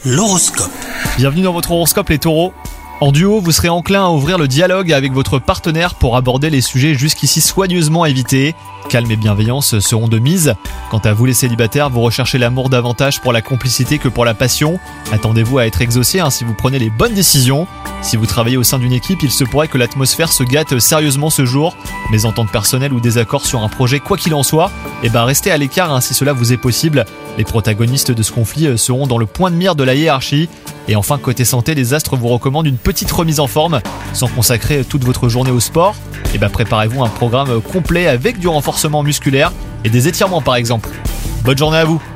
L'horoscope. Bienvenue dans votre horoscope les taureaux. En duo, vous serez enclin à ouvrir le dialogue avec votre partenaire pour aborder les sujets jusqu'ici soigneusement évités. Calme et bienveillance seront de mise. Quant à vous les célibataires, vous recherchez l'amour davantage pour la complicité que pour la passion. Attendez-vous à être exaucé si vous prenez les bonnes décisions. Si vous travaillez au sein d'une équipe, il se pourrait que l'atmosphère se gâte sérieusement ce jour. Mésentente personnelle ou désaccord sur un projet, quoi qu'il en soit, restez à l'écart si cela vous est possible. Les protagonistes de ce conflit seront dans le point de mire de la hiérarchie. Et enfin, côté santé, les astres vous recommandent une petite remise en forme. Sans consacrer toute votre journée au sport, préparez-vous un programme complet avec du renforcement musculaire et des étirements par exemple. Bonne journée à vous!